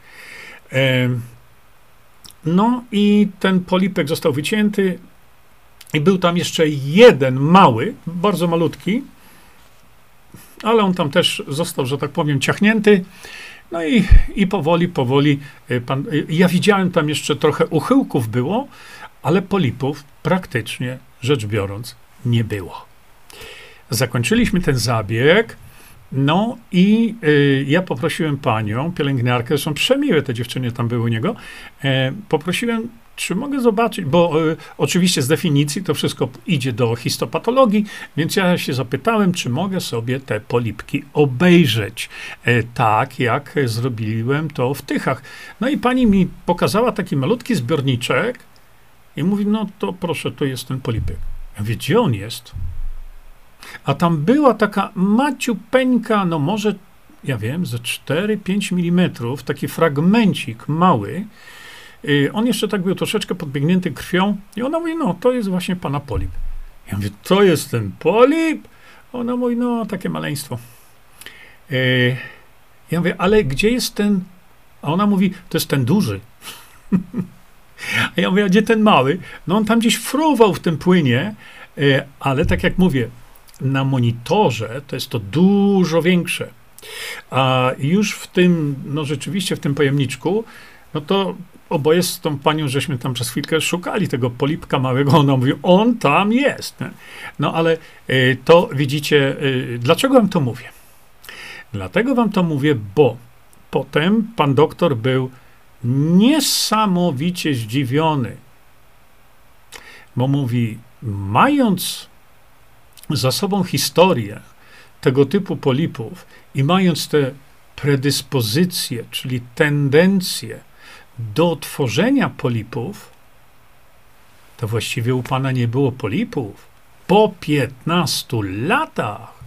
No i ten polipek został wycięty i był tam jeszcze jeden mały, bardzo malutki, ale on tam też został, że tak powiem, ciachnięty. No i, i powoli, powoli, pan, ja widziałem tam jeszcze trochę uchyłków było, ale polipów praktycznie rzecz biorąc nie było. Zakończyliśmy ten zabieg. No i y, ja poprosiłem panią, pielęgniarkę, zresztą przemiłe te dziewczyny tam były u niego, e, poprosiłem, czy mogę zobaczyć, bo y, oczywiście z definicji to wszystko idzie do histopatologii, więc ja się zapytałem, czy mogę sobie te polipki obejrzeć, e, tak jak zrobiłem to w Tychach. No i pani mi pokazała taki malutki zbiorniczek i mówi, no to proszę, to jest ten polipek. Ja mówię, gdzie on jest? A tam była taka maciupeńka, no może, ja wiem, ze cztery pięć milimetrów, taki fragmencik mały. Yy, on jeszcze tak był troszeczkę podbiegnięty krwią i ona mówi, no to jest właśnie pana polip. Ja mówię, to jest ten polip? Ona mówi, no takie maleństwo. Yy, ja mówię, ale gdzie jest ten? A ona mówi, to jest ten duży. A ja mówię, a gdzie ten mały? No on tam gdzieś fruwał w tym płynie, yy, ale tak jak mówię, na monitorze to jest to dużo większe. A już w tym, no rzeczywiście w tym pojemniczku, no to oboje z tą panią, żeśmy tam przez chwilkę szukali tego polipka małego, ona mówi, on tam jest. Nie? No ale y, to widzicie, y, dlaczego wam to mówię? Dlatego wam to mówię, bo potem pan doktor był niesamowicie zdziwiony, bo mówi, mając za sobą historię tego typu polipów i mając te predyspozycje, czyli tendencje do tworzenia polipów, to właściwie u pana nie było polipów. Po piętnastu latach.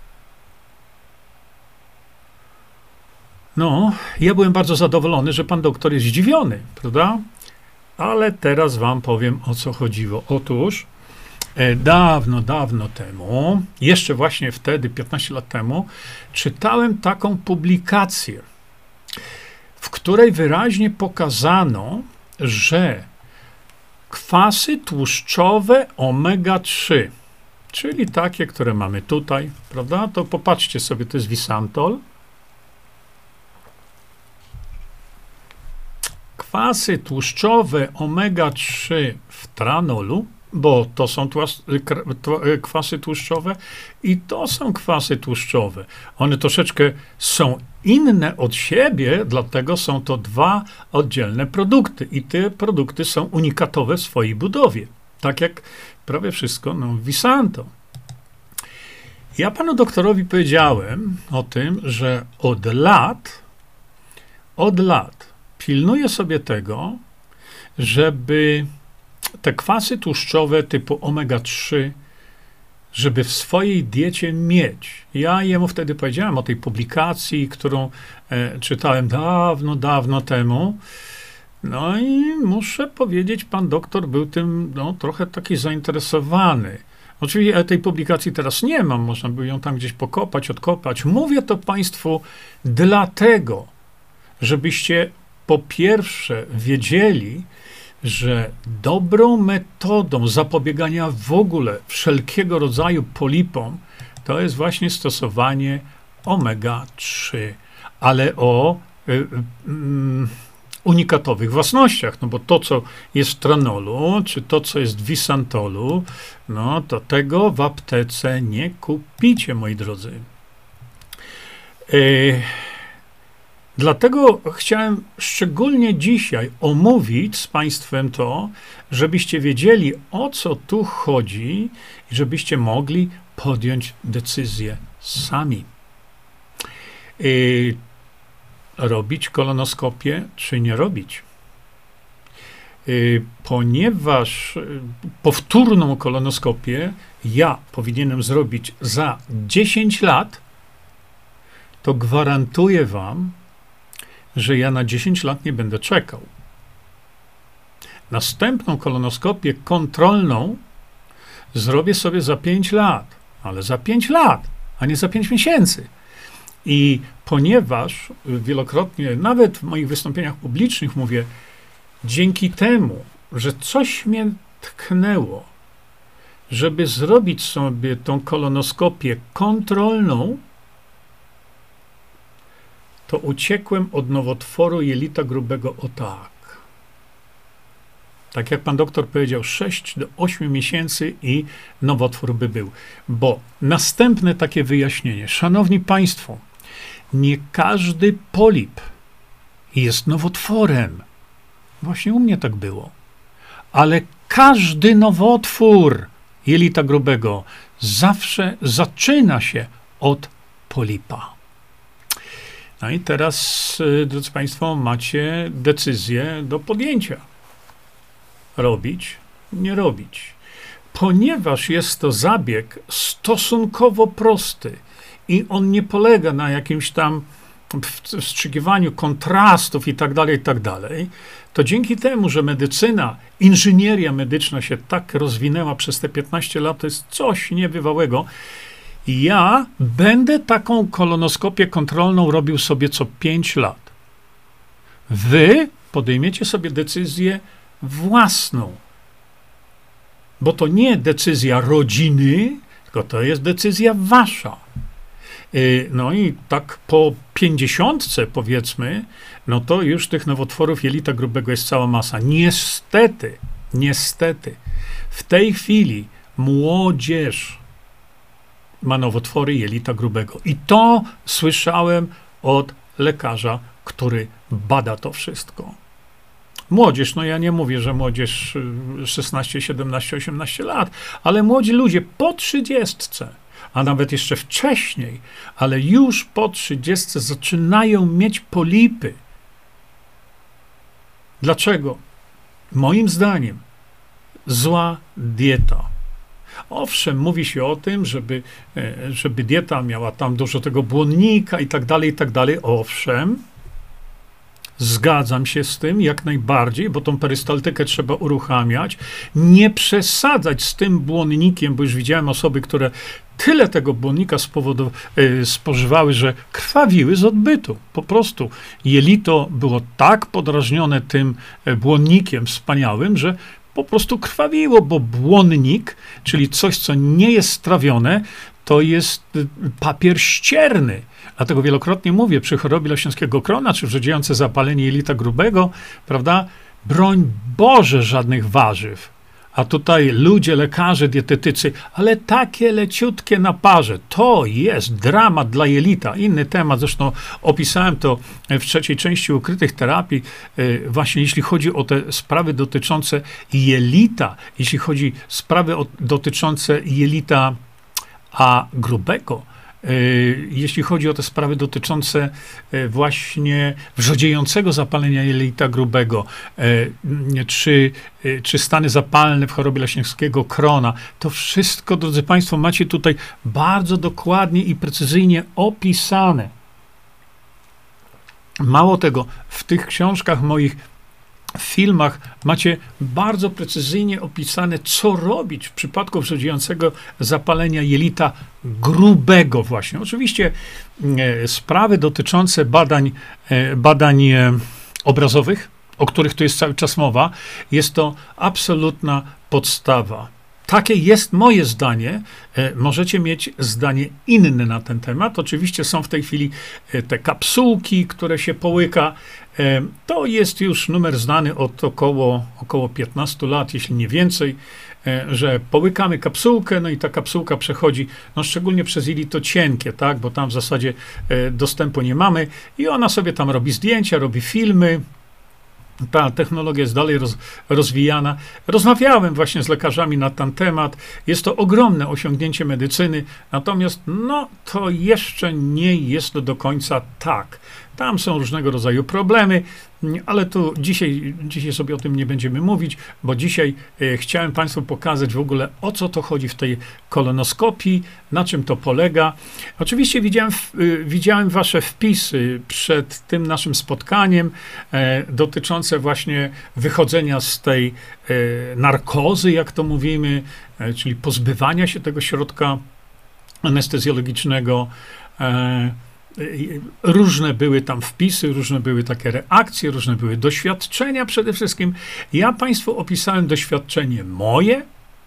No, ja byłem bardzo zadowolony, że pan doktor jest zdziwiony, prawda? Ale teraz wam powiem, o co chodziło. Otóż e, dawno, dawno temu, jeszcze właśnie wtedy, piętnaście lat temu, czytałem taką publikację, w której wyraźnie pokazano, że kwasy tłuszczowe omega trzy, czyli takie, które mamy tutaj, prawda? To popatrzcie sobie, to jest Visantol. Kwasy tłuszczowe omega trzy w tranolu, bo to są tłas, kwasy tłuszczowe i to są kwasy tłuszczowe. One troszeczkę są inne od siebie, dlatego są to dwa oddzielne produkty i te produkty są unikatowe w swojej budowie. Tak jak prawie wszystko, no, Visanto. Ja panu doktorowi powiedziałem o tym, że od lat, od lat pilnuję sobie tego, żeby te kwasy tłuszczowe typu omega trzy, żeby w swojej diecie mieć. Ja jemu wtedy powiedziałem o tej publikacji, którą e, czytałem dawno, dawno temu. No i muszę powiedzieć, pan doktor był tym no, trochę taki zainteresowany. Oczywiście tej publikacji teraz nie mam, można by ją tam gdzieś pokopać, odkopać. Mówię to państwu dlatego, żebyście po pierwsze wiedzieli, że dobrą metodą zapobiegania w ogóle wszelkiego rodzaju polipom to jest właśnie stosowanie omega trzy, ale o y, y, y, unikatowych własnościach, no bo to, co jest w tranolu, czy to, co jest w Visantolu, no to tego w aptece nie kupicie, moi drodzy. Y, Dlatego chciałem szczególnie dzisiaj omówić z państwem to, żebyście wiedzieli, o co tu chodzi i żebyście mogli podjąć decyzję sami. Yy, robić kolonoskopię, czy nie robić? Yy, ponieważ yy, powtórną kolonoskopię ja powinienem zrobić za dziesięć lat, to gwarantuję wam, że ja na dziesięć lat nie będę czekał. Następną kolonoskopię kontrolną zrobię sobie za pięć lat, ale za pięć lat, a nie za pięć miesięcy. I ponieważ wielokrotnie, nawet w moich wystąpieniach publicznych mówię, dzięki temu, że coś mnie tknęło, żeby zrobić sobie tą kolonoskopię kontrolną, to uciekłem od nowotworu jelita grubego o tak. Tak jak pan doktor powiedział, sześć do ośmiu miesięcy i nowotwór by był. Bo następne takie wyjaśnienie. Szanowni państwo, nie każdy polip jest nowotworem. Właśnie u mnie tak było. Ale każdy nowotwór jelita grubego zawsze zaczyna się od polipa. No i teraz, drodzy państwo, macie decyzję do podjęcia. Robić, nie robić. Ponieważ jest to zabieg stosunkowo prosty i on nie polega na jakimś tam wstrzykiwaniu kontrastów i tak dalej, i tak dalej, to dzięki temu, że medycyna, inżynieria medyczna się tak rozwinęła przez te piętnaście lat, to jest coś niebywałego. Ja będę taką kolonoskopię kontrolną robił sobie co pięć lat. Wy podejmiecie sobie decyzję własną, bo to nie decyzja rodziny, tylko to jest decyzja wasza. No i tak po pięćdziesiątce, powiedzmy, no to już tych nowotworów jelita grubego jest cała masa. Niestety, niestety, w tej chwili młodzież ma nowotwory jelita grubego. I to słyszałem od lekarza, który bada to wszystko. Młodzież, no ja nie mówię, że młodzież szesnaście, siedemnaście, osiemnaście lat, ale młodzi ludzie po trzydziestce, a nawet jeszcze wcześniej, ale już po trzydziestce zaczynają mieć polipy. Dlaczego? Moim zdaniem zła dieta. Owszem, mówi się o tym, żeby, żeby dieta miała tam dużo tego błonnika i tak dalej, i tak dalej. Owszem, zgadzam się z tym jak najbardziej, bo tą perystaltykę trzeba uruchamiać. Nie przesadzać z tym błonnikiem, bo już widziałem osoby, które tyle tego błonnika spowodu, y, spożywały, że krwawiły z odbytu. Po prostu jelito było tak podrażnione tym błonnikiem wspaniałym, że po prostu krwawiło, bo błonnik, czyli coś, co nie jest strawione, to jest papier ścierny. Dlatego wielokrotnie mówię, przy chorobie Leśniowskiego Krona, czy wrzodziejące zapalenie jelita grubego, prawda, broń Boże żadnych warzyw. A tutaj ludzie, lekarze, dietetycy, ale takie leciutkie na parze, to jest dramat dla jelita. Inny temat, zresztą opisałem to w trzeciej części ukrytych terapii, właśnie jeśli chodzi o te sprawy dotyczące jelita, jeśli chodzi o sprawy o, dotyczące jelita a grubego, jeśli chodzi o te sprawy dotyczące właśnie wrzodziejącego zapalenia jelita grubego, czy, czy stany zapalne w chorobie Leśniowskiego Krona, to wszystko, drodzy Państwo, macie tutaj bardzo dokładnie i precyzyjnie opisane. Mało tego, w tych książkach moich, w filmach macie bardzo precyzyjnie opisane, co robić w przypadku wrzodziejącego zapalenia jelita grubego właśnie. Oczywiście e, sprawy dotyczące badań, e, badań e, obrazowych, o których tu jest cały czas mowa, jest to absolutna podstawa. Takie jest moje zdanie. E, możecie mieć zdanie inne na ten temat. Oczywiście są w tej chwili e, te kapsułki, które się połyka. E, to jest już numer znany od około, około piętnastu lat, jeśli nie więcej, e, że połykamy kapsułkę, no i ta kapsułka przechodzi, no szczególnie przez jelito cienkie, tak, bo tam w zasadzie e, dostępu nie mamy i ona sobie tam robi zdjęcia, robi filmy. Ta technologia jest dalej roz, rozwijana. Rozmawiałem właśnie z lekarzami na ten temat. Jest to ogromne osiągnięcie medycyny, natomiast no, to jeszcze nie jest to do końca tak. Tam są różnego rodzaju problemy, ale tu dzisiaj, dzisiaj sobie o tym nie będziemy mówić, bo dzisiaj e, chciałem Państwu pokazać w ogóle, o co to chodzi w tej kolonoskopii, na czym to polega. Oczywiście widziałem, e, widziałem Wasze wpisy przed tym naszym spotkaniem e, dotyczące właśnie wychodzenia z tej e, narkozy, jak to mówimy, e, czyli pozbywania się tego środka anestezjologicznego. E, Różne były tam wpisy, różne były takie reakcje, różne były doświadczenia przede wszystkim. Ja Państwu opisałem doświadczenie moje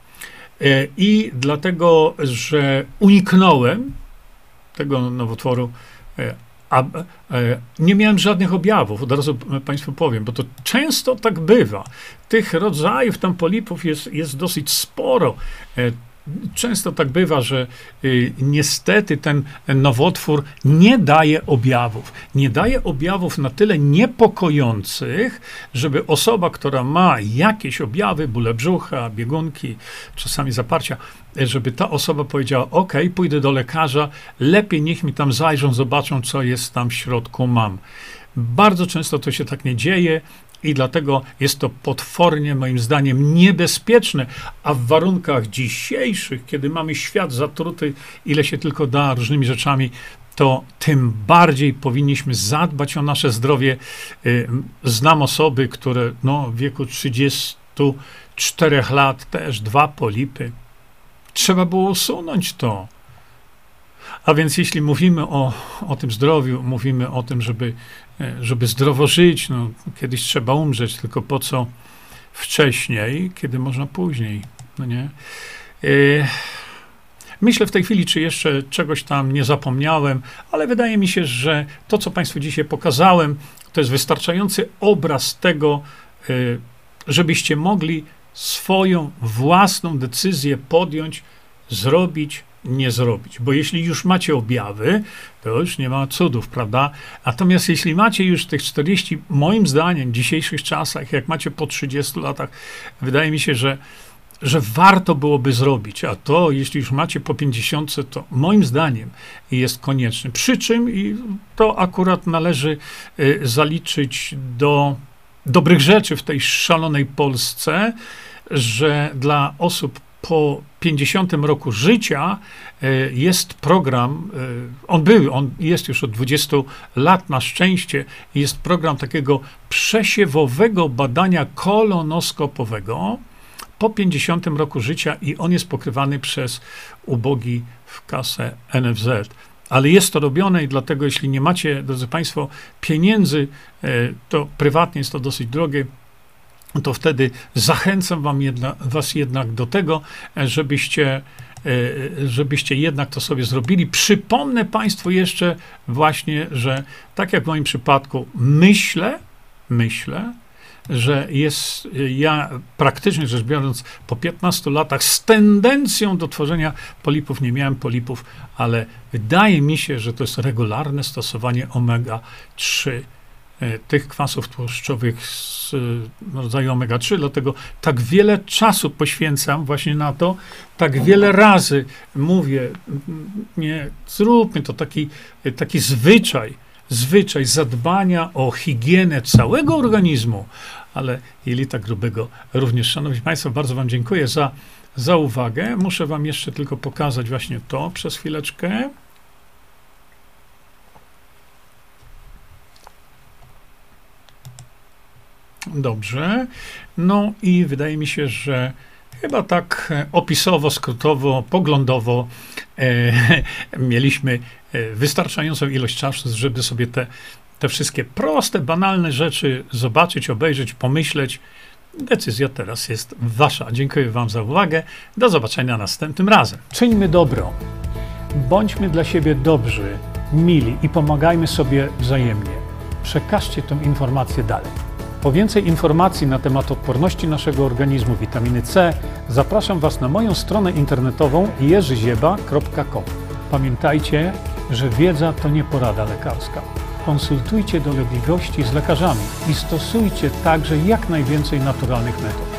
i dlatego, że uniknąłem tego nowotworu, a nie miałem żadnych objawów, od razu Państwu powiem, bo to często tak bywa. Tych rodzajów tam polipów jest, jest dosyć sporo. Często tak bywa, że y, niestety ten nowotwór nie daje objawów. Nie daje objawów na tyle niepokojących, żeby osoba, która ma jakieś objawy, bóle brzucha, biegunki, czasami zaparcia, żeby ta osoba powiedziała, ok, pójdę do lekarza, lepiej niech mi tam zajrzą, zobaczą, co jest tam w środku mam. Bardzo często to się tak nie dzieje. I dlatego jest to potwornie, moim zdaniem, niebezpieczne, a w warunkach dzisiejszych, kiedy mamy świat zatruty, ile się tylko da różnymi rzeczami, to tym bardziej powinniśmy zadbać o nasze zdrowie. Znam osoby, które no, w wieku trzydziestu czterech lat też dwa polipy. Trzeba było usunąć to. A więc jeśli mówimy o, o tym zdrowiu, mówimy o tym, żeby, żeby zdrowo żyć, no, kiedyś trzeba umrzeć, tylko po co wcześniej, kiedy można później, no nie? Myślę w tej chwili, czy jeszcze czegoś tam nie zapomniałem, ale wydaje mi się, że to, co Państwu dzisiaj pokazałem, to jest wystarczający obraz tego, żebyście mogli swoją własną decyzję podjąć, zrobić, nie zrobić, bo jeśli już macie objawy, to już nie ma cudów, prawda? Natomiast jeśli macie już tych czterdzieści, moim zdaniem, w dzisiejszych czasach, jak macie po trzydziestu latach, wydaje mi się, że, że warto byłoby zrobić, a to, jeśli już macie po pięćdziesiątce, to moim zdaniem jest konieczne. Przy czym, i to akurat należy y, zaliczyć do dobrych rzeczy w tej szalonej Polsce, że dla osób po pięćdziesiątym roku życia jest program, on był, on jest już od dwudziestu lat na szczęście, jest program takiego przesiewowego badania kolonoskopowego po pięćdziesiątym roku życia i on jest pokrywany przez ubogi w kasę N F Z. Ale jest to robione i dlatego, jeśli nie macie, drodzy Państwo, pieniędzy, to prywatnie jest to dosyć drogie, to wtedy zachęcam wam jedna, was jednak do tego, żebyście, żebyście jednak to sobie zrobili. Przypomnę Państwu jeszcze właśnie, że tak jak w moim przypadku, myślę, myślę, że jest, ja praktycznie rzecz biorąc po piętnastu latach z tendencją do tworzenia polipów, nie miałem polipów, ale wydaje mi się, że to jest regularne stosowanie omega trzy, tych kwasów tłuszczowych z rodzaju omega trzy, dlatego tak wiele czasu poświęcam właśnie na to, tak wiele razy mówię, nie, zróbmy to taki, taki zwyczaj, zwyczaj zadbania o higienę całego organizmu, ale jelita grubego również. Szanowni Państwo, bardzo wam dziękuję za, za uwagę. Muszę wam jeszcze tylko pokazać właśnie to przez chwileczkę. Dobrze. No i wydaje mi się, że chyba tak opisowo, skrótowo, poglądowo e, mieliśmy wystarczającą ilość czasu, żeby sobie te, te wszystkie proste, banalne rzeczy zobaczyć, obejrzeć, pomyśleć. Decyzja teraz jest wasza. Dziękuję wam za uwagę. Do zobaczenia następnym razem. Czyńmy dobro. Bądźmy dla siebie dobrzy, mili i pomagajmy sobie wzajemnie. Przekażcie tę informację dalej. Po więcej informacji na temat odporności naszego organizmu witaminy C zapraszam was na moją stronę internetową jerzy zieba kropka com. Pamiętajcie, że wiedza to nie porada lekarska. Konsultujcie dolegliwości z lekarzami i stosujcie także jak najwięcej naturalnych metod.